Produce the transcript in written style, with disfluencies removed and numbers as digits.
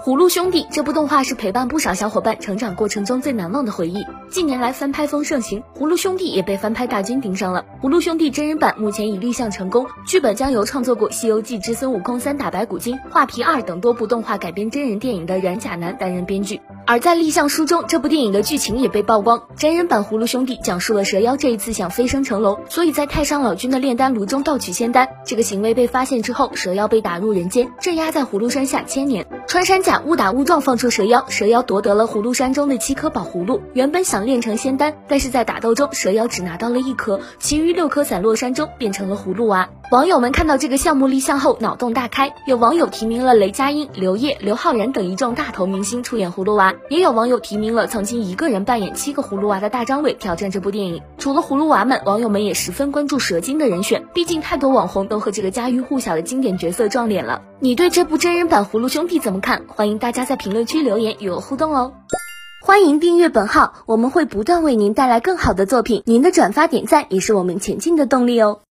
葫芦兄弟这部动画是陪伴不少小伙伴成长过程中最难忘的回忆。近年来翻拍风盛行，葫芦兄弟也被翻拍大军盯上了。葫芦兄弟真人版目前已立项成功，剧本将由创作过《西游记之孙悟空3打白骨精》、《画皮2》等多部动画改编真人电影的冉甲男担任编剧。而在立项书中，这部电影的剧情也被曝光。真人版葫芦兄弟讲述了蛇妖这一次想飞升成龙，所以在太上老君的炼丹炉中盗取仙丹，这个行为被发现之后，蛇妖被打入人间，镇压在葫芦山下千年。穿山甲误打误撞放出蛇妖，蛇妖夺得了葫芦山中的7颗宝葫芦，原本想炼成仙丹，但是在打斗中蛇妖只拿到了1颗，其余6颗散落山中变成了葫芦娃。网友们看到这个项目立项后脑洞大开，有网友提名了雷佳音、刘烨、刘昊然等一众大头明星出演葫芦娃，也有网友提名了曾经一个人扮演7个葫芦娃的大张伟挑战这部电影。除了葫芦娃们，网友们也十分关注蛇精的人选，毕竟太多网红都和这个家喻户晓的经典角色撞脸了。你对这部真人版葫芦兄弟怎么看？欢迎大家在评论区留言与我互动哦。欢迎订阅本号，我们会不断为您带来更好的作品，您的转发点赞也是我们前进的动力哦。